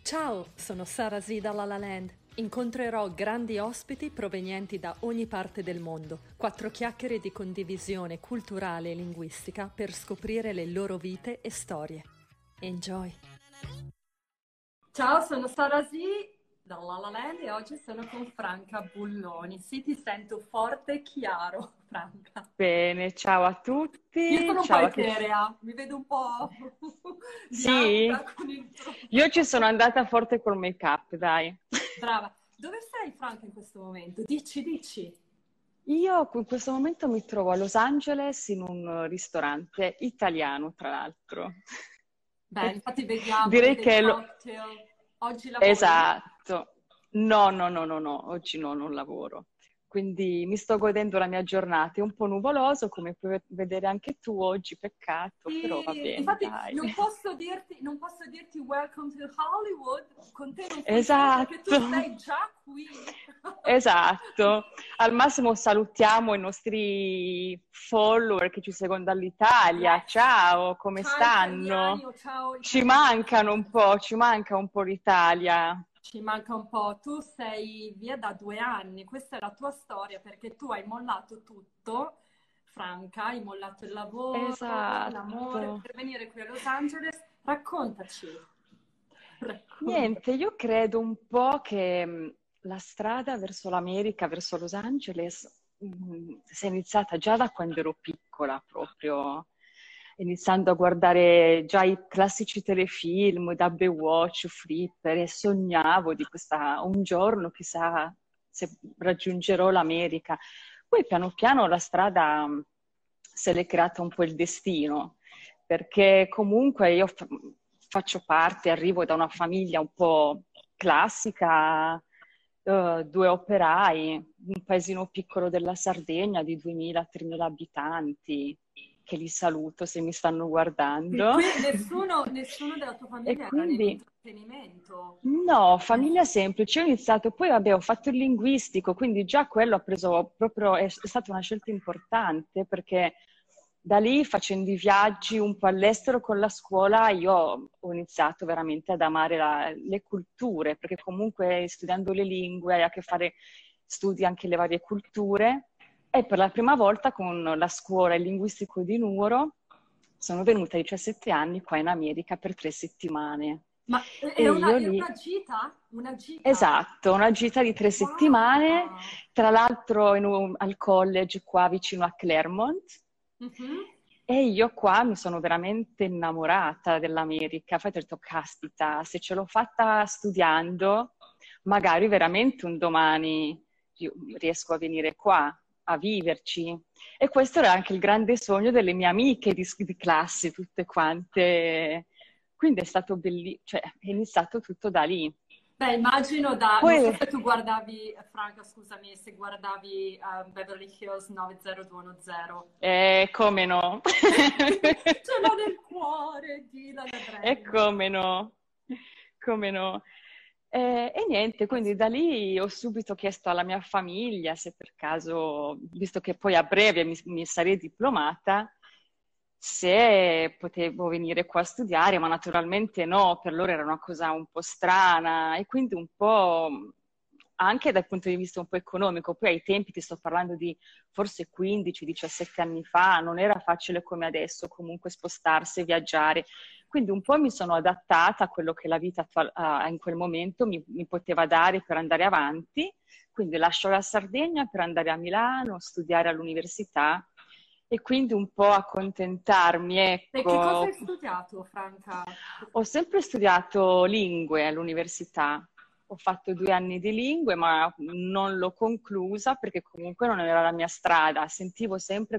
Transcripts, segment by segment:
Ciao, sono Sara Z da La La Land. Incontrerò grandi ospiti provenienti da ogni parte del mondo. Quattro chiacchiere di condivisione culturale e linguistica per scoprire le loro vite e storie. Enjoy! Ciao, sono Sara Z da La La Land e oggi sono con Franca Bulloni. Sì, ti sento forte e chiaro, Franca. Bene, ciao a Io tutti, sono un po' ciao a chi... eterea, mi vedo un po' bianca Sì, con il io ci trucco. sono andata forte col make-up, dai. Brava. Dove sei, Franca, in questo momento? Dici. Io in questo momento mi trovo a Los Angeles in un ristorante italiano, tra l'altro. Beh, infatti vediamo Direi dei che cocktail. Oggi lavori? esatto. No, no, no, no, no, oggi no, non lavoro. Quindi mi sto godendo la mia giornata, è un po' nuvoloso, come puoi vedere anche tu oggi, peccato, però va Sì, bene, infatti dai. non posso dirti welcome to Hollywood, con te non funziona perché tu Esatto. sei già qui. Esatto, al massimo salutiamo i nostri follower che ci seguono dall'Italia. Yes. Ciao, come Ciao italiani stanno? o ciao Ci italianesi. mancano un po', ci manca un po' l'Italia. Ci manca un po'. Tu sei via da 2 anni, questa è la tua storia perché tu hai mollato tutto, Franca, hai mollato il lavoro, l'amore Esatto. per venire qui a Los Angeles. Raccontaci, Niente, raccontaci. io credo un po' che la strada verso l'America, verso Los Angeles, sia iniziata già da quando ero piccola, proprio iniziando a guardare già i classici telefilm da Baywatch, Flipper, e sognavo di questa, un giorno, chissà se raggiungerò l'America. Poi piano piano la strada se l'è creata un po' il destino perché comunque io faccio parte, arrivo da una famiglia un po' classica, due operai, un paesino piccolo della Sardegna di 2.000-3.000 abitanti, che li saluto se mi stanno E guardando. qui nessuno della tua E famiglia era quindi nell'intrattenimento. no, famiglia semplice. Io ho iniziato, poi vabbè, ho fatto il linguistico, quindi già quello ha preso proprio, è stata una scelta importante perché da lì facendo i viaggi un po' all'estero con la scuola io ho iniziato veramente ad amare le culture, perché comunque studiando le lingue hai a che fare, studi anche le varie culture e per la prima volta con la scuola il linguistico di Nuoro sono venuta a 17 anni qua in America per 3 settimane. Ma E era una, io era lì, una gita? Una gita? esatto, una gita di 3 settimane, Wow! tra l'altro al college qua vicino a Claremont. Mhm. E io qua mi sono veramente innamorata dell'America. Infatti ho detto, caspita, se ce l'ho fatta studiando, magari veramente un domani io riesco a venire qua, a viverci. E questo era anche il grande sogno delle mie amiche di classe, tutte quante. Quindi è stato bellissimo, cioè è iniziato tutto da lì. Beh, immagino non so Poi, se tu guardavi, Franca, scusami, se guardavi Beverly Hills 90210. come no? Ce l'ho nel cuore, Dylan e E Brandon. come no? Come no? E niente, quindi da lì ho subito chiesto alla mia famiglia se per caso, visto che poi a breve mi sarei diplomata, se potevo venire qua a studiare, ma naturalmente no, per loro era una cosa un po' strana e quindi un po' anche dal punto di vista un po' economico. Poi ai tempi ti sto parlando di forse 15-17 anni fa, non era facile come adesso comunque spostarsi e viaggiare. Quindi un po' mi sono adattata a quello che la vita in quel momento mi poteva dare per andare avanti. Quindi lascio la Sardegna per andare a Milano, studiare all'università e quindi un po' accontentarmi, E che cosa hai ecco. studiato, Franca? Ho sempre studiato lingue all'università. Ho fatto 2 anni di lingue, ma non l'ho conclusa perché comunque non era la mia strada. Sentivo sempre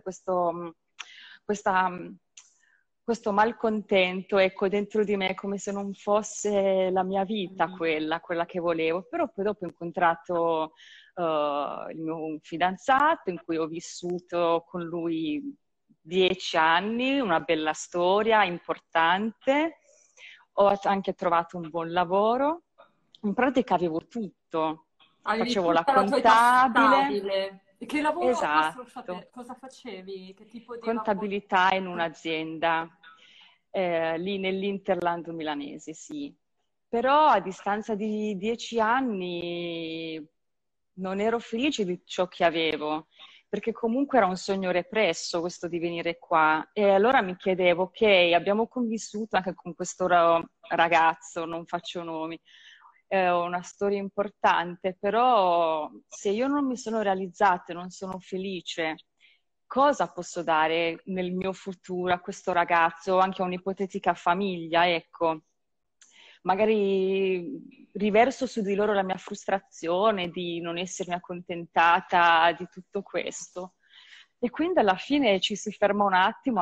questa, questo malcontento, ecco, dentro di me, come se non fosse la mia vita quella che volevo. Però poi dopo ho incontrato il mio fidanzato, in cui ho vissuto con lui 10 anni, una bella storia importante. Ho anche trovato un buon lavoro. In pratica avevo tutto. Avevi Facevo la tutta la tua età contabile, stabile. E che lavoro posso sapere? esatto, Cosa facevi? Che tipo di lavoro? contabilità in un'azienda, lì nell'Interland milanese, sì. Però a distanza di 10 anni non ero felice di ciò che avevo, perché comunque era un sogno represso questo di venire qua. E allora mi chiedevo, ok, abbiamo convissuto anche con questo ragazzo, non faccio nomi, una storia importante, però se io non mi sono realizzata e non sono felice, cosa posso dare nel mio futuro a questo ragazzo, anche a un'ipotetica famiglia, ecco. Magari riverso su di loro la mia frustrazione di non essermi accontentata di tutto questo. E quindi alla fine ci si ferma un attimo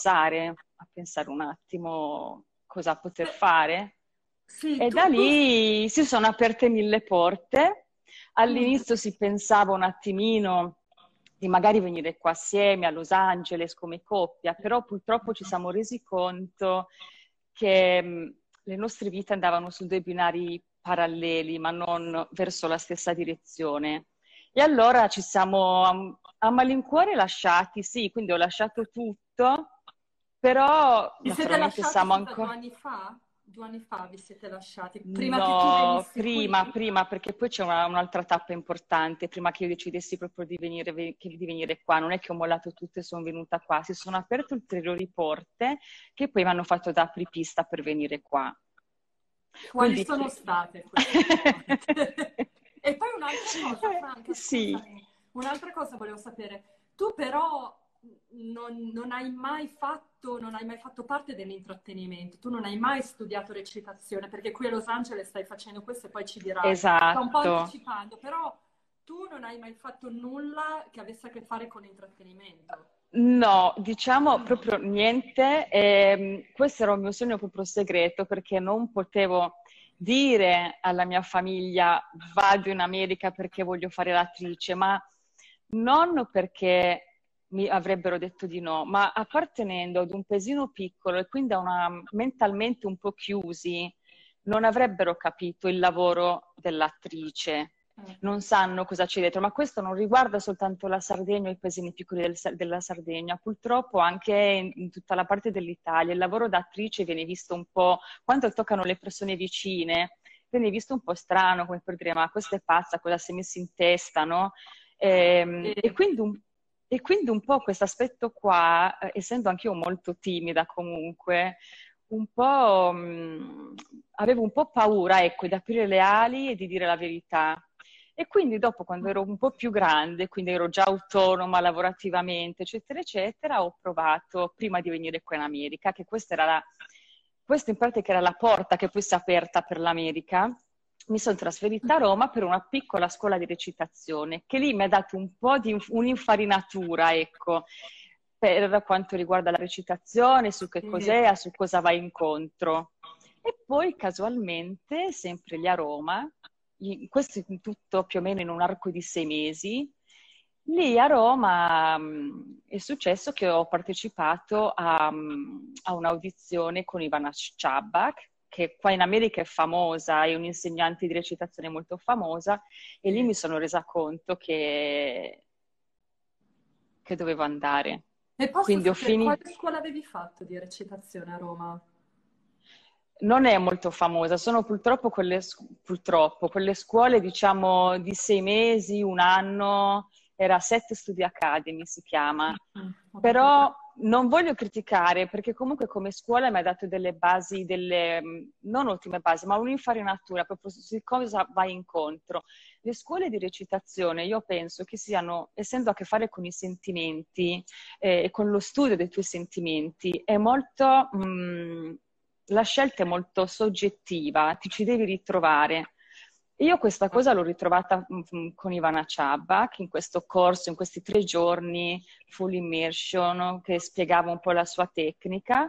a pensare un attimo cosa poter fare. Sì, E da lì si sono aperte mille porte. mm, All'inizio si pensava un attimino di magari venire qua assieme a Los Angeles come coppia, però purtroppo ci siamo resi conto che le nostre vite andavano su due binari paralleli, ma non verso la stessa direzione. E allora ci siamo a malincuore lasciati, sì, quindi ho lasciato tutto, però vi siete naturalmente lasciati, siamo scusa, due ancora... anni fa? 2 anni fa vi siete lasciati, prima che tu No, venissi qui? prima, perché poi c'è un'altra tappa importante, prima che io decidessi proprio di venire, di venire qua, non è che ho mollato tutto e sono venuta qua, si sono aperte ulteriori porte che poi mi hanno fatto da apripista per venire qua. Quali Quindi... sono state queste porte? E poi un'altra cosa, Franca, Sì. scusami, un'altra cosa volevo sapere. Tu però non hai mai fatto, non hai mai fatto parte dell'intrattenimento, tu non hai mai studiato recitazione, perché qui a Los Angeles stai facendo questo e poi ci dirai. Sto un po' Esatto. anticipando, però tu non hai mai fatto nulla che avesse a che fare con l'intrattenimento. No, diciamo Mm. proprio niente. Questo era un mio sogno proprio segreto perché non potevo dire alla mia famiglia vado in America perché voglio fare l'attrice, ma non perché mi avrebbero detto di no, ma appartenendo ad un paesino piccolo e quindi a una mentalmente un po' chiusi, non avrebbero capito il lavoro dell'attrice, non sanno cosa c'è dietro, ma questo non riguarda soltanto la Sardegna o i paesini piccoli della Sardegna, purtroppo anche in tutta la parte dell'Italia il lavoro d'attrice viene visto un po', quando toccano le persone vicine, viene visto un po' strano, come per dire, ma questa è pazza, cosa si è messo in testa, no? E, E quindi un po' questo aspetto qua, essendo anch'io molto timida comunque, un po', avevo un po' paura, ecco, di aprire le ali e di dire la verità. E quindi dopo, quando ero un po' più grande, quindi ero già autonoma lavorativamente, eccetera, eccetera, ho provato, prima di venire qua in America, che questa in pratica era la porta che poi si è aperta per l'America, mi sono trasferita a Roma per una piccola scuola di recitazione, che lì mi ha dato un po' di un'infarinatura, ecco, per quanto riguarda la recitazione, su che e- cos'è, su cosa va incontro. E poi casualmente, sempre lì a Roma, questo in tutto più o meno in un arco di 6 mesi, lì a Roma è successo che ho partecipato a un'audizione con Ivana Sciabak, che qua in America è famosa, è un'insegnante di recitazione molto famosa, e lì mi sono resa conto che dovevo andare. E posso Quindi ho sapere quale finito. scuola avevi fatto di recitazione a Roma? Non è molto famosa, sono purtroppo purtroppo quelle scuole, diciamo, di 6 mesi, un anno, era Set Studio Academy si chiama. Ho capito. Però non voglio criticare perché comunque come scuola mi ha dato delle basi, non ottime basi, ma un'infarinatura proprio su cosa vai incontro. Le scuole di recitazione io penso che siano, essendo a che fare con i sentimenti e con lo studio dei tuoi sentimenti, è molto, la scelta è molto soggettiva, ti ci devi ritrovare. Io questa cosa l'ho ritrovata con Ivana Ciabak in questo corso, in questi 3 giorni full immersion, che spiegava un po' la sua tecnica.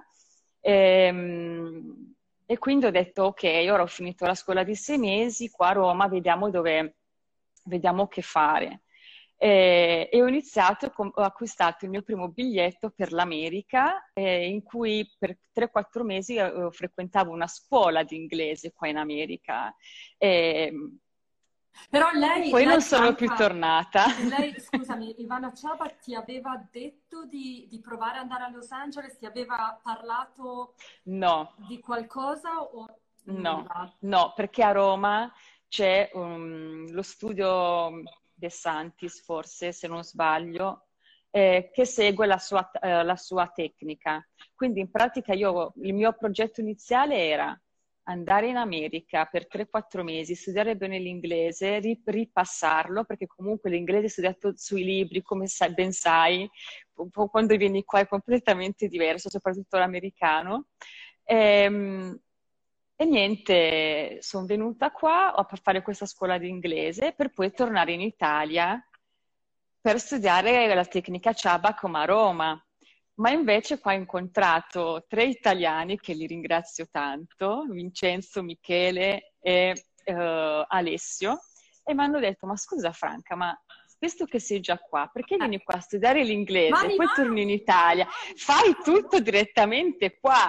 E quindi ho detto, ok, ora ho finito la scuola di 6 mesi, qua a Roma vediamo che fare. E ho iniziato, ho acquistato il mio primo biglietto per l'America, in cui per 3-4 mesi frequentavo una scuola di inglese qua in America. E, Però e lei, poi non lei sono più Franca, tornata. e lei, scusami, Ivana Ciaba ti aveva detto di provare ad andare a Los Angeles? Ti aveva parlato No. di qualcosa? No, Nulla. no, perché a Roma c'è lo studio De Santis, forse, se non sbaglio, che segue la sua tecnica. Quindi in pratica il mio progetto iniziale era andare in America per 3-4 mesi, studiare bene l'inglese, ripassarlo, perché comunque l'inglese studiato sui libri, come ben sai, quando vieni qua è completamente diverso, soprattutto l'americano. Ehm, E, niente, sono venuta qua a fare questa scuola di inglese per poi tornare in Italia per studiare la tecnica Ciabac a Roma. Ma invece qua ho incontrato 3 italiani che li ringrazio tanto, Vincenzo, Michele e Alessio, e mi hanno detto: ma scusa Franca, ma visto che sei già qua, perché Eh, vieni qua a studiare l'inglese, mani poi torni in avanti, Italia, mani fai tutto avanti. direttamente qua?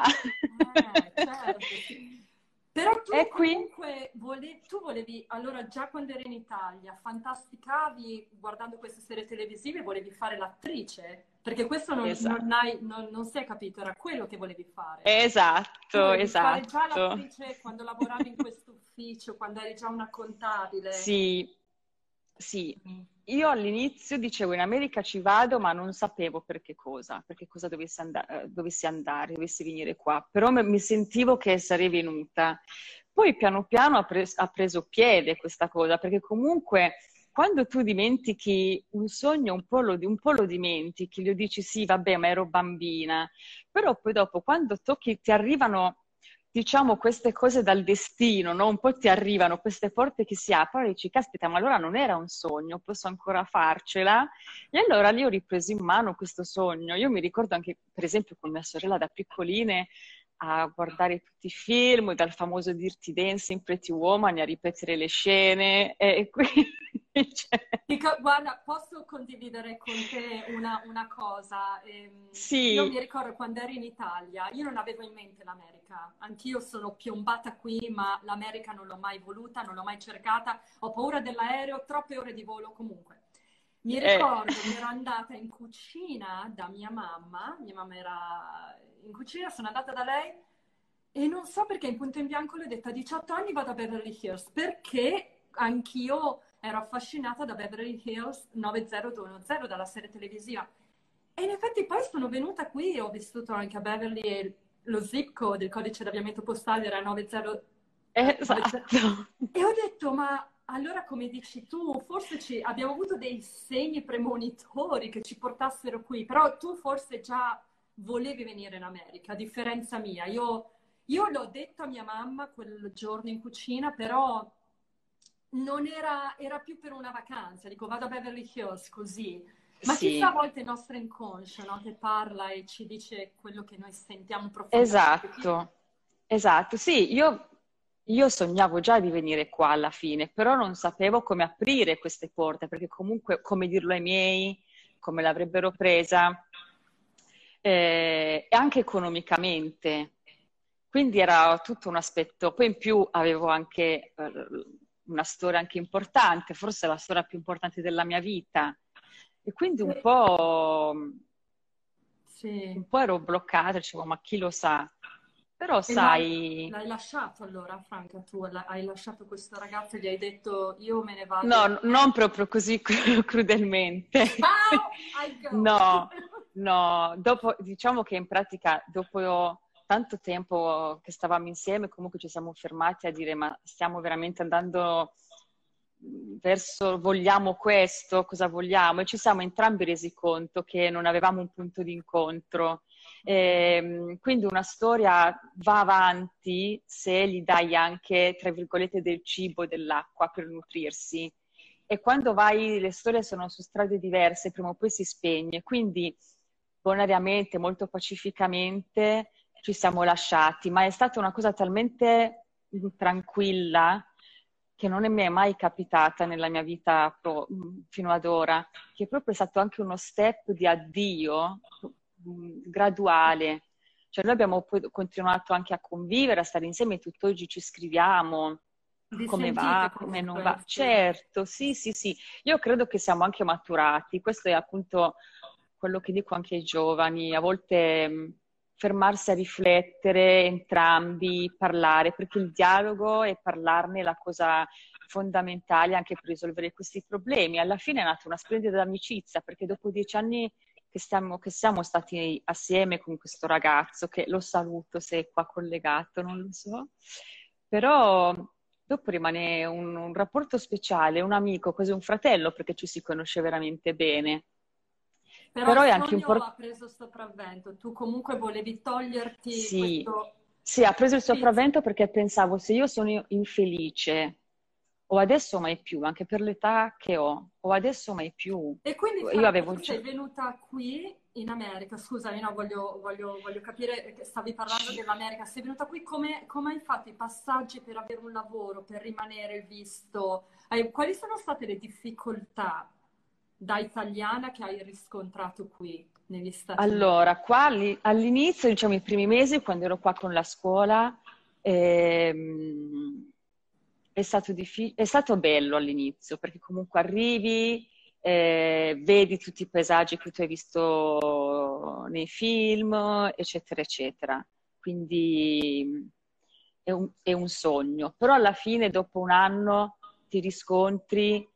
Certo, sì. Però tu E qui? comunque tu volevi, allora già quando eri in Italia, fantasticavi guardando queste serie televisive, volevi fare l'attrice? Perché questo Esatto, non si è capito, era quello che volevi fare. Tu esatto, volevi fare già esatto. l'attrice quando lavoravi in questo ufficio, quando eri già una contabile. Sì, sì. Mm. Io all'inizio dicevo in America ci vado, ma non sapevo perché cosa dovessi andare, dovessi venire qua. Però mi sentivo che sarei venuta. Poi piano piano ha preso piede questa cosa, perché comunque quando tu dimentichi un sogno, un po' lo dimentichi, lo dici sì, vabbè, ma ero bambina. Però poi dopo, quando tocchi, ti arrivano, diciamo, queste cose dal destino, no? Un po' ti arrivano queste porte che si aprono e dici, caspita, ma allora non era un sogno, posso ancora farcela? E allora lì ho ripreso in mano questo sogno. Io mi ricordo anche, per esempio, con mia sorella da piccoline, a guardare tutti i film, dal famoso Dirty Dancing, Pretty Woman, a ripetere le scene, e quindi... cioè, Guarda, posso condividere con te una cosa? Io sì, mi ricordo quando ero in Italia, io non avevo in mente l'America, anch'io sono piombata qui, ma l'America non l'ho mai voluta, non l'ho mai cercata, ho paura dell'aereo, troppe ore di volo comunque. Mi eh, ricordo che ero andata in cucina da mia mamma era in cucina, sono andata da lei e non so perché in punto in bianco le ho detto a 18 anni vado a Beverly Hills, perché anch'io ero affascinata da Beverly Hills 90210 dalla serie televisiva. E in effetti poi sono venuta qui, ho vissuto anche a Beverly e lo zip code, il codice d'avviamento postale era 90. esatto. E ho detto, ma allora come dici tu, forse abbiamo avuto dei segni premonitori che ci portassero qui, però tu forse già volevi venire in America, a differenza mia. Io l'ho detto a mia mamma quel giorno in cucina, però non era più per una vacanza, dico vado a Beverly Hills così. Ma chissà a Sì, volte il nostro inconscio, no, che parla e ci dice quello che noi sentiamo profondamente. esatto, esatto. Sì, io sognavo già di venire qua alla fine, però non sapevo come aprire queste porte, perché comunque come dirlo ai miei, come l'avrebbero presa, e anche economicamente. Quindi era tutto un aspetto. Poi in più avevo anche una storia anche importante, forse la storia più importante della mia vita. E quindi Sì. un po' ero bloccata, dicevo, ma chi lo sa? Però E sai, l'hai lasciato allora, Franca, tu hai lasciato questo ragazzo e gli hai detto io me ne vado. no, non proprio così crudelmente. Ciao, I go. No, no, dopo, diciamo che in pratica dopo tanto tempo che stavamo insieme, comunque ci siamo fermati a dire ma stiamo veramente andando verso, vogliamo questo, cosa vogliamo? E ci siamo entrambi resi conto che non avevamo un punto di incontro. Quindi una storia va avanti se gli dai anche, tra virgolette, del cibo e dell'acqua per nutrirsi. E quando vai, le storie sono su strade diverse, prima o poi si spegne. Quindi, bonariamente, molto pacificamente, ci siamo lasciati, ma è stata una cosa talmente tranquilla che non mi è mai capitata nella mia vita fino ad ora, che è proprio stato anche uno step di addio graduale. Cioè noi abbiamo poi continuato anche a convivere, a stare insieme, tutt'oggi ci scriviamo, Vi come sentite va, come non va. comunque, sì. Certo, sì, sì, sì. Io credo che siamo anche maturati. Questo è appunto quello che dico anche ai giovani. A volte fermarsi a riflettere entrambi, parlare, perché il dialogo e parlarne è la cosa fondamentale anche per risolvere questi problemi. Alla fine è nata una splendida amicizia, perché dopo 10 anni che siamo stati assieme con questo ragazzo, che lo saluto se è qua collegato, non lo so, però dopo rimane un rapporto speciale, un amico, quasi un fratello, perché ci si conosce veramente bene. Però Però il è anche sogno importante. ha preso sopravvento, tu comunque volevi toglierti Sì, questo sì, ha preso il sfizio. sopravvento perché pensavo se io sono infelice, o adesso mai più, anche per l'età che ho, o adesso mai più. E quindi Io Franca, avevo tu già... sei venuta qui in America, scusami, no, voglio capire che stavi parlando dell'America, sei venuta qui, come hai fatto i passaggi per avere un lavoro, per rimanere visto? Quali sono state le difficoltà da italiana che hai riscontrato qui negli Stati Uniti? Allora, qua all'inizio, diciamo i primi mesi, quando ero qua con la scuola, ehm, è stato bello all'inizio, perché comunque arrivi, vedi tutti i paesaggi che tu hai visto nei film, eccetera, eccetera. Quindi è un sogno. Però alla fine, dopo un anno, ti riscontri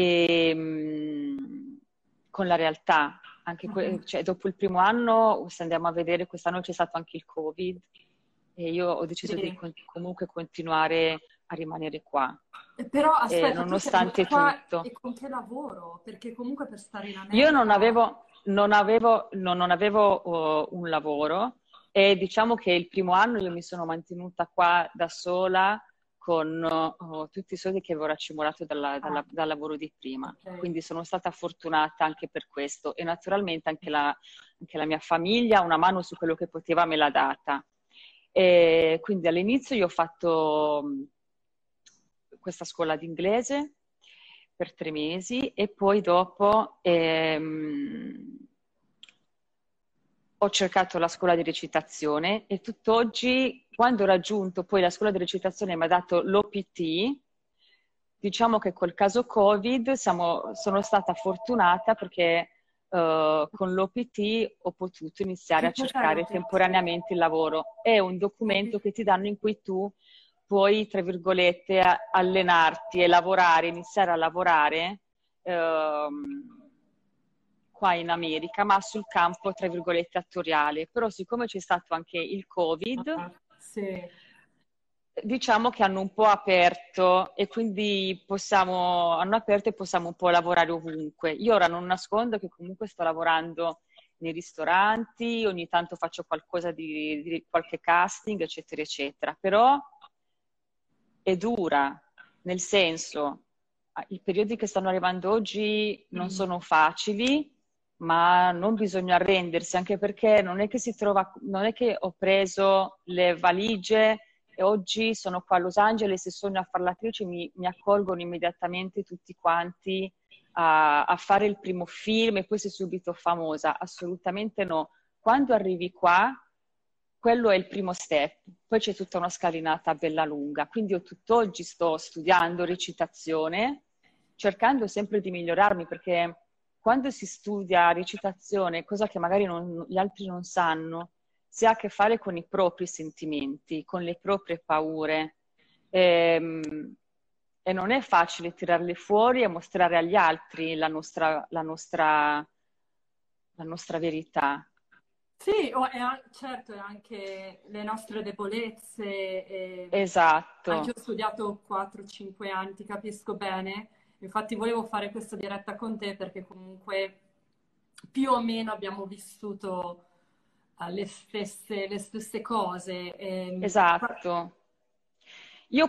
con la realtà. Anche Mhm. cioè, dopo il primo anno, se andiamo a vedere, quest'anno c'è stato anche il Covid e io ho deciso di Sì. comunque continuare a rimanere qua, Però aspetta, tu sei venuta nonostante qua tutto. e con che lavoro? Perché comunque per stare in Io America... non avevo un lavoro e diciamo che il primo anno io mi sono mantenuta qua da sola con tutti i soldi che avevo raccimolato Ah, dal lavoro di prima. ok. Quindi sono stata fortunata anche per questo e naturalmente anche la mia famiglia una mano su quello che poteva me l'ha data. E quindi all'inizio io ho fatto questa scuola di inglese per 3 mesi e poi dopo ho cercato la scuola di recitazione e tutt'oggi, quando ho raggiunto poi la scuola di recitazione, mi ha dato l'OPT, diciamo che col caso Covid sono stata fortunata perché con l'OPT ho potuto iniziare a Che cos'è cercare l'OPT? temporaneamente il lavoro. È un documento che ti danno in cui tu puoi, tra virgolette, allenarti e lavorare, iniziare a lavorare qua in America, ma sul campo, tra virgolette, attoriale. Però siccome c'è stato anche il Covid, Ah, sì. diciamo che hanno un po' aperto e quindi hanno aperto e possiamo un po' lavorare ovunque. Io ora non nascondo che comunque sto lavorando nei ristoranti, ogni tanto faccio qualcosa di qualche casting, eccetera, eccetera. Però è dura, nel senso, i periodi che stanno arrivando oggi non Mm. sono facili, ma non bisogna arrendersi, anche perché non è che ho preso le valigie e oggi sono qua a Los Angeles e sogno a fare l'attrice, mi accolgono immediatamente tutti quanti a fare il primo film e poi sei subito famosa. Assolutamente no. Quando arrivi qua, quello è il primo step, poi c'è tutta una scalinata bella lunga. Quindi io tutt'oggi sto studiando recitazione, cercando sempre di migliorarmi, perché quando si studia recitazione, cosa che magari gli altri non sanno, si ha a che fare con i propri sentimenti, con le proprie paure. Ehm, E non è facile tirarle fuori e mostrare agli altri la nostra verità. Sì, certo, e anche le nostre debolezze. Anche Esatto. io ho studiato 4-5 anni, ti capisco bene. Infatti volevo fare questa diretta con te perché comunque più o meno abbiamo vissuto le stesse cose. Esatto. Io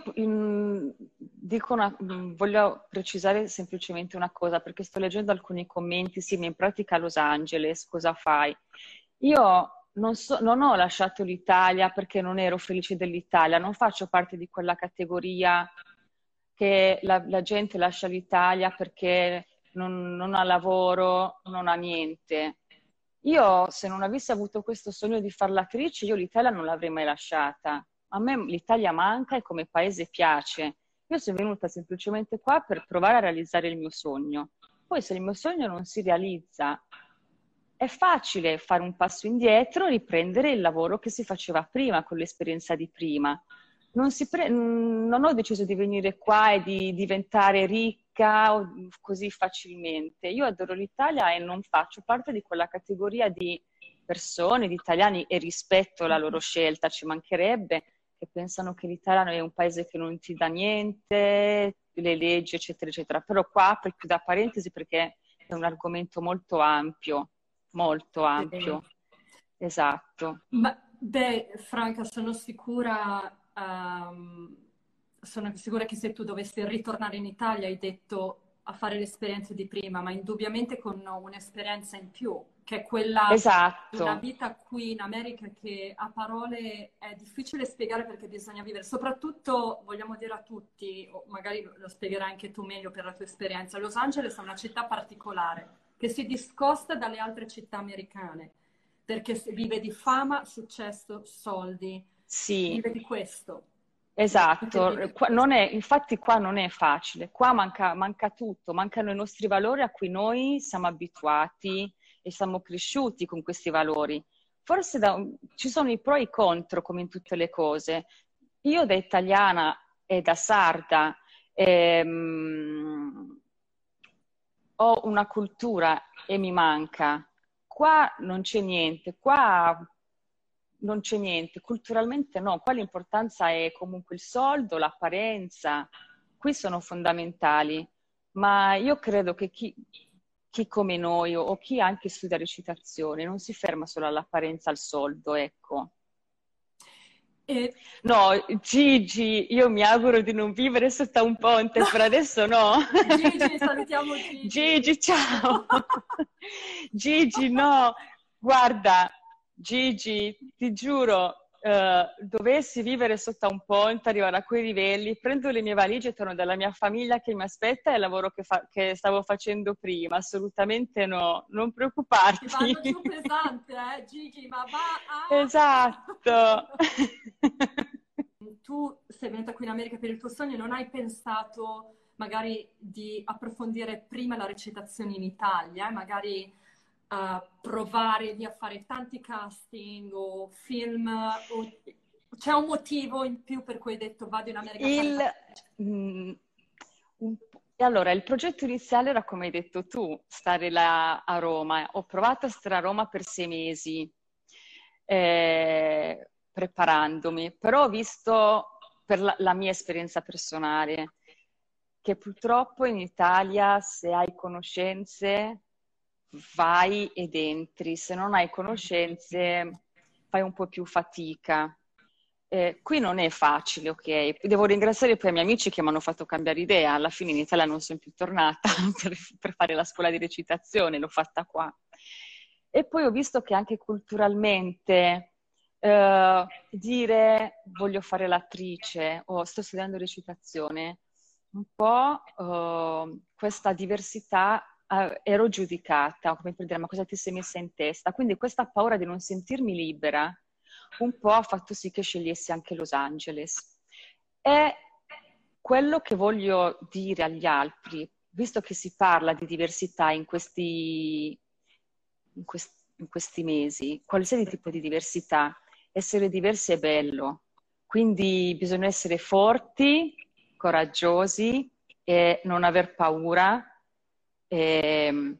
voglio precisare semplicemente una cosa, perché sto leggendo alcuni commenti, sì, ma in pratica a Los Angeles cosa fai? Io non ho lasciato l'Italia perché non ero felice dell'Italia, non faccio parte di quella categoria che la gente lascia l'Italia perché non ha lavoro, non ha niente. Io, se non avessi avuto questo sogno di far l'attrice, io l'Italia non l'avrei mai lasciata. A me l'Italia manca e come paese piace. Io sono venuta semplicemente qua per provare a realizzare il mio sogno. Poi, se il mio sogno non si realizza, è facile fare un passo indietro e riprendere il lavoro che si faceva prima, con l'esperienza di prima. Non ho deciso di venire qua e di diventare ricca così facilmente. Io adoro l'Italia e non faccio parte di quella categoria di persone, di italiani, e rispetto la loro scelta, ci mancherebbe, che pensano che l'Italia è un paese che non ti dà niente, le leggi, eccetera, eccetera. Però qua apro più da parentesi perché è un argomento molto ampio, molto Sì. ampio. Esatto. Ma, beh, Franca, sono sicura che se tu dovessi ritornare in Italia, hai detto a fare l'esperienza di prima, ma indubbiamente con un'esperienza in più, che è quella di una Esatto. vita qui in America che a parole è difficile spiegare perché bisogna vivere. Soprattutto, vogliamo dire a tutti, o magari lo spiegherai anche tu meglio per la tua esperienza, Los Angeles è una città particolare che si discosta dalle altre città americane perché vive di fama, successo, soldi, Sì. vive di questo. Esatto, infatti qua non è facile, qua manca tutto, mancano i nostri valori a cui noi siamo abituati e siamo cresciuti con questi valori. Forse ci sono i pro e i contro, come in tutte le cose. Io da italiana e da sarda ho una cultura e mi manca. Qua non c'è niente, qua non c'è niente, culturalmente no, qua l'importanza è comunque il soldo, l'apparenza, qui sono fondamentali, ma io credo che chi come noi o chi anche studia recitazione non si ferma solo all'apparenza, al soldo, ecco. No, Gigi, io mi auguro di non vivere sotto un ponte, per adesso no. Gigi, salutiamo Gigi. Gigi, ciao. Gigi, no. Guarda, Gigi, ti giuro, dovessi vivere sotto un ponte, arrivare a quei livelli, prendo le mie valigie e torno dalla mia famiglia che mi aspetta e il lavoro che stavo facendo prima. Assolutamente no, non preoccuparti. Ti vanno giù pesante, Gigi, ma va a... Esatto. Tu sei venuta qui in America per il tuo sogno, non hai pensato magari di approfondire prima la recitazione in Italia, magari provare lì a fare tanti casting o film, c'è un motivo in più per cui hai detto vado in America Allora, il progetto iniziale era, come hai detto tu, stare là a Roma. Ho provato a stare a Roma per 6 mesi, preparandomi, però ho visto, per la mia esperienza personale, che purtroppo in Italia, se hai conoscenze, vai ed entri, se non hai conoscenze fai un po' più fatica. Qui non è facile, ok? Devo ringraziare poi i miei amici che mi hanno fatto cambiare idea. Alla fine in Italia non sono più tornata per fare la scuola di recitazione, l'ho fatta qua. E poi ho visto che anche culturalmente dire voglio fare l'attrice o sto studiando recitazione, un po' questa diversità ero giudicata, come per dire, ma cosa ti sei messa in testa? Quindi questa paura di non sentirmi libera un po' ha fatto sì che scegliessi anche Los Angeles. E quello che voglio dire agli altri, visto che si parla di diversità in questi mesi, qualsiasi tipo di diversità, essere diversi è bello. Quindi bisogna essere forti, coraggiosi e non aver paura. E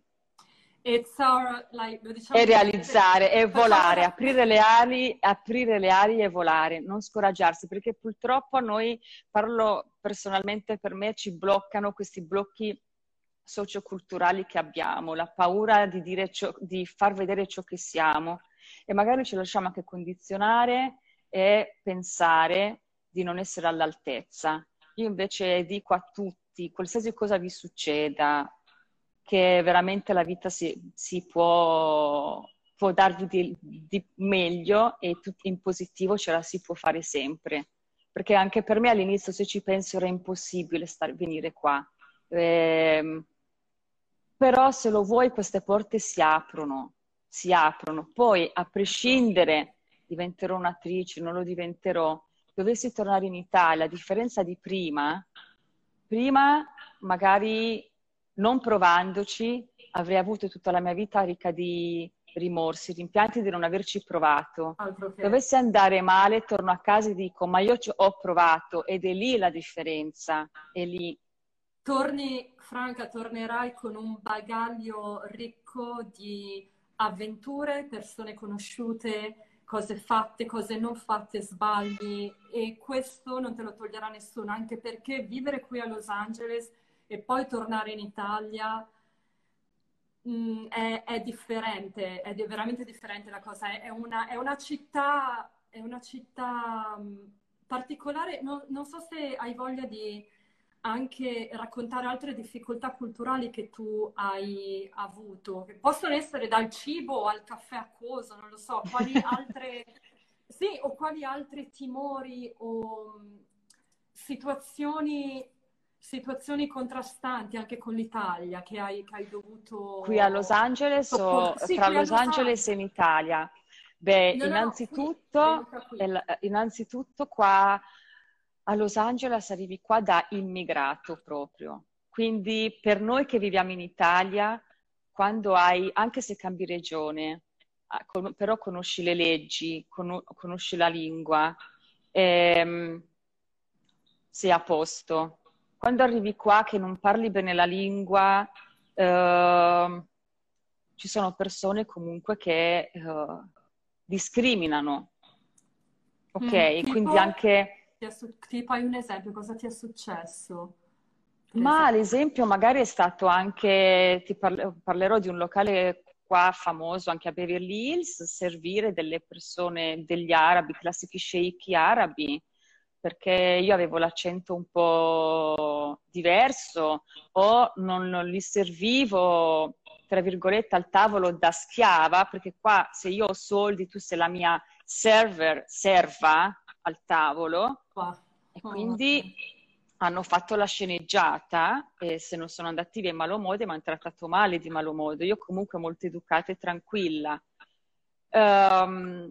realizzare, e volare, aprire le ali e volare, non scoraggiarsi, perché purtroppo a noi, parlo personalmente per me, ci bloccano questi blocchi socioculturali che abbiamo, la paura di dire di far vedere ciò che siamo e magari ci lasciamo anche condizionare e pensare di non essere all'altezza. Io invece dico a tutti, qualsiasi cosa vi succeda, che veramente la vita si può darvi di meglio e in positivo ce la si può fare sempre. Perché anche per me all'inizio, se ci penso, era impossibile venire qua. Però se lo vuoi queste porte si aprono. Poi, a prescindere, diventerò un'attrice, non lo diventerò, dovessi tornare in Italia, a differenza di prima magari non provandoci, avrei avuto tutta la mia vita ricca di rimorsi, rimpianti di non averci provato. Altro che. Dovesse andare male, torno a casa e dico, ma io ci ho provato, ed è lì la differenza, è lì. Franca, tornerai con un bagaglio ricco di avventure, persone conosciute, cose fatte, cose non fatte, sbagli, e questo non te lo toglierà nessuno, anche perché vivere qui a Los Angeles e poi tornare in Italia è differente, veramente differente la cosa. È una città particolare. Non so se hai voglia di anche raccontare altre difficoltà culturali che tu hai avuto, che possono essere dal cibo al caffè acquoso, non lo so, quali altre, sì, o quali altri timori o situazioni contrastanti anche con l'Italia che hai Qui a Los dovuto Angeles o Sì, tra qui a Los Los Angeles e in Angeles. Italia? Beh, No, no, no, qui, venuta qui. innanzitutto qua a Los Angeles arrivi qua da immigrato proprio. Quindi per noi che viviamo in Italia, quando hai, anche se cambi regione, però conosci le leggi, conosci la lingua, ehm, sei a posto. Quando arrivi qua che non parli bene la lingua, ci sono persone comunque che discriminano, ok? Quindi Tipo, anche... tipo, hai un esempio, cosa ti è successo? Per Ma esempio. l'esempio magari è stato anche, parlerò di un locale qua famoso anche a Beverly Hills, servire delle persone, degli arabi, classici sceicchi arabi, perché io avevo l'accento un po' diverso o non li servivo, tra virgolette, al tavolo da schiava, perché qua se io ho soldi, tu sei la mia serva al tavolo, Qua. e Oh, mamma mia. quindi hanno fatto la sceneggiata e se non sono andati via in malo modo e mi hanno trattato male di malo modo. Io comunque molto educata e tranquilla. Ehm,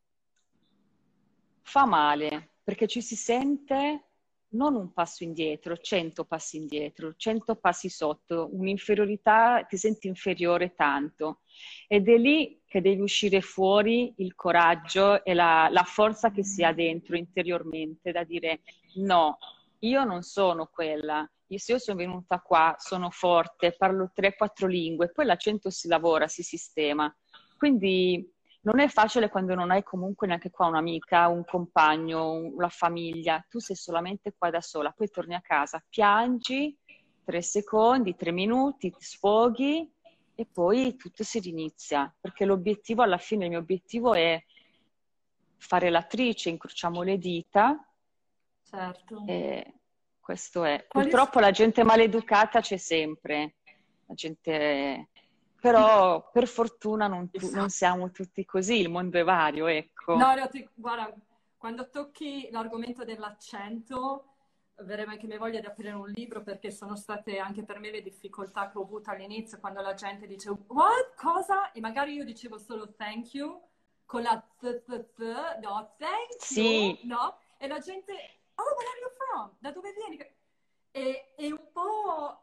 Fa male perché ci si sente non un passo indietro, 100 passi indietro, 100 passi sotto, un'inferiorità, ti senti inferiore tanto. Ed è lì che devi uscire fuori il coraggio e la forza che si ha dentro interiormente da dire no, io non sono quella. Se io sono venuta qua, sono forte, parlo 3-4 lingue, poi l'accento si lavora, si sistema. Quindi non è facile quando non hai comunque neanche qua un'amica, un compagno, la famiglia. Tu sei solamente qua da sola, poi torni a casa, piangi 3 secondi, 3 minuti, ti sfoghi e poi tutto si rinizia. Perché l'obiettivo, alla fine, il mio obiettivo è fare l'attrice, incrociamo le dita. Certo. E questo è. Quali Purtroppo la gente maleducata c'è sempre. La gente... Però per fortuna non siamo tutti così, il mondo è vario, ecco. No, no, guarda, quando tocchi l'argomento dell'accento, veramente mi voglia di aprire un libro perché sono state anche per me le difficoltà che ho avuto all'inizio quando la gente dice what? Cosa? E magari io dicevo solo thank you con la no, thank you, Sì, no? E la gente, oh, where are you from? Da dove vieni? E un po'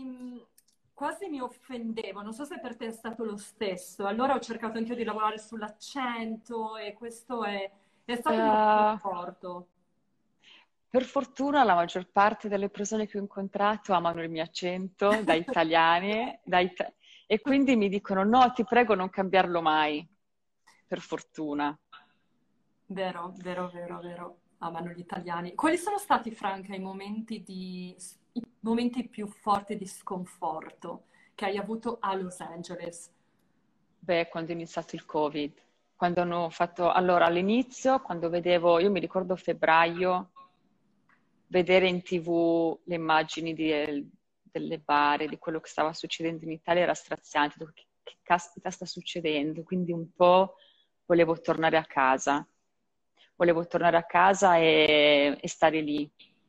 quasi mi offendevo, non so se per te è stato lo stesso. Allora ho cercato anche io di lavorare sull'accento e questo è stato il mio punto forte. per fortuna la maggior parte delle persone che ho incontrato amano il mio accento da italiane, e quindi mi dicono no, ti prego non cambiarlo mai, per fortuna. Vero, vero, vero, vero. Amano gli italiani. Quali sono stati, Franca, i momenti più forti di sconforto che hai avuto a Los Angeles? Beh, quando è iniziato il Covid, quando hanno fatto... Allora, all'inizio, quando vedevo, io mi ricordo febbraio, vedere in TV le immagini delle bare, di quello che stava succedendo in Italia era straziante. Dico, che caspita sta succedendo? Quindi un po' volevo tornare a casa. Volevo tornare a casa e stare lì.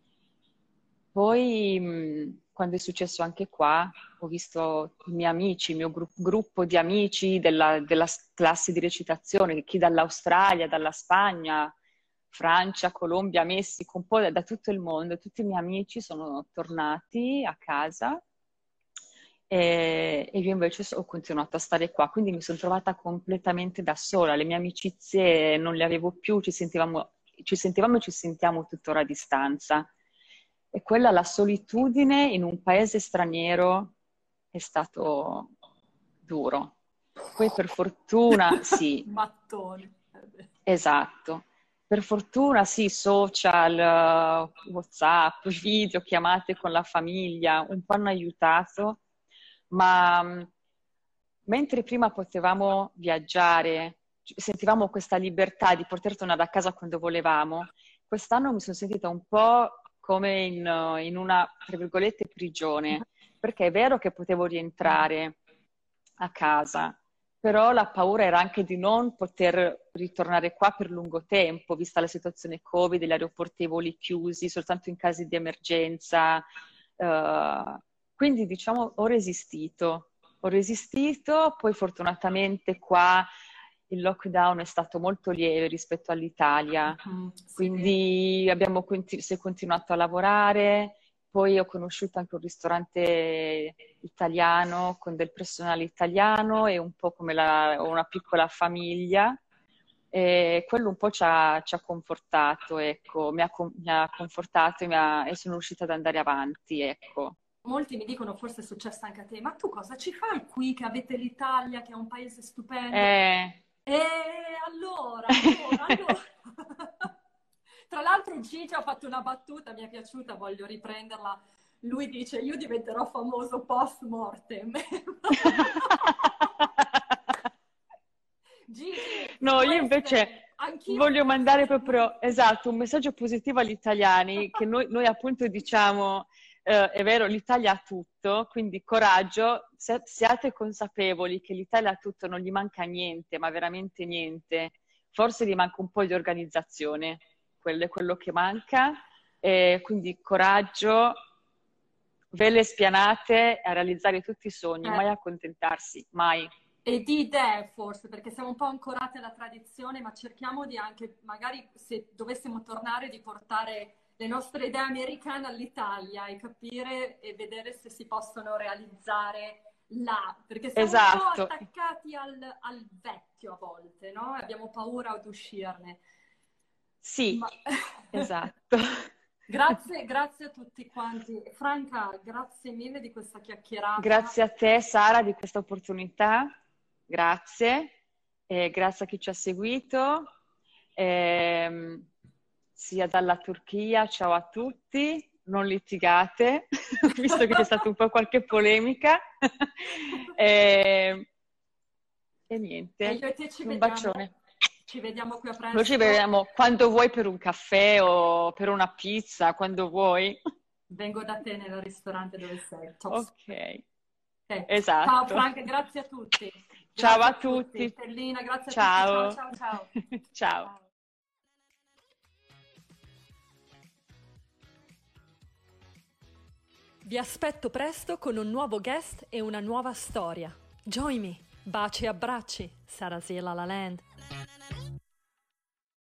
Poi, quando è successo anche qua, ho visto i miei amici, il mio gruppo di amici della classe di recitazione, chi dall'Australia, dalla Spagna, Francia, Colombia, Messico, un po' da tutto il mondo. Tutti i miei amici sono tornati a casa e io invece ho continuato a stare qua, quindi mi sono trovata completamente da sola, le mie amicizie non le avevo più, ci sentivamo e ci sentiamo tuttora a distanza. E quella, la solitudine in un paese straniero è stato duro. Poi per fortuna, sì, Mattone. esatto. Per fortuna sì, social, WhatsApp, video, chiamate con la famiglia, un po' hanno aiutato, ma mentre prima potevamo viaggiare, sentivamo questa libertà di poter tornare a casa quando volevamo, quest'anno mi sono sentita un po' come in una, tra virgolette, prigione, perché è vero che potevo rientrare a casa, però la paura era anche di non poter ritornare qua per lungo tempo, vista la situazione Covid, gli aeroporti e i voli chiusi, soltanto in casi di emergenza. Quindi diciamo ho resistito, poi fortunatamente qua il lockdown è stato molto lieve rispetto all'Italia, Sì. quindi si è continuato a lavorare, poi ho conosciuto anche un ristorante italiano con del personale italiano e un po' come una piccola famiglia. E quello un po' ci ha confortato, ecco, mi ha confortato e sono riuscita ad andare avanti, ecco. Molti mi dicono, forse è successo anche a te, ma tu cosa ci fai qui che avete l'Italia, che è un paese stupendo? E allora. Tra l'altro Gigi ha fatto una battuta, mi è piaciuta, voglio riprenderla. Lui dice, io diventerò famoso post mortem. Gigi, No, io invece voglio mandare proprio, esatto, un messaggio positivo agli italiani, che noi appunto diciamo, è vero, l'Italia ha tutto, quindi coraggio, siate consapevoli che l'Italia ha tutto, non gli manca niente, ma veramente niente. Forse gli manca un po' di organizzazione, quello è quello che manca, quindi coraggio, vele spianate a realizzare tutti i sogni, mai accontentarsi, mai. E di idee forse, perché siamo un po' ancorati alla tradizione, ma cerchiamo di anche, magari se dovessimo tornare, di portare le nostre idee americane all'Italia e capire e vedere se si possono realizzare là, perché siamo un po' attaccati al vecchio a volte, no? E abbiamo paura ad uscirne. Sì, esatto. Grazie a tutti quanti. Franca, grazie mille di questa chiacchierata. Grazie a te, Sara, di questa opportunità. Grazie. Grazie a chi ci ha seguito. Sia dalla Turchia, ciao a tutti. Non litigate, visto che c'è stata un po' qualche polemica. E niente, e io e te un bacione. Ci vediamo qui a presto. Noi ci vediamo quando vuoi per un caffè o per una pizza, quando vuoi. Vengo da te nel ristorante dove sei. Ok. Esatto. Ciao Franca, grazie a tutti. Ciao a tutti. Stellina, grazie ciao. a tutti. Ciao. Ciao. Vi aspetto presto con un nuovo guest e una nuova storia. Join me. Baci e abbracci. Sarasiela La Land.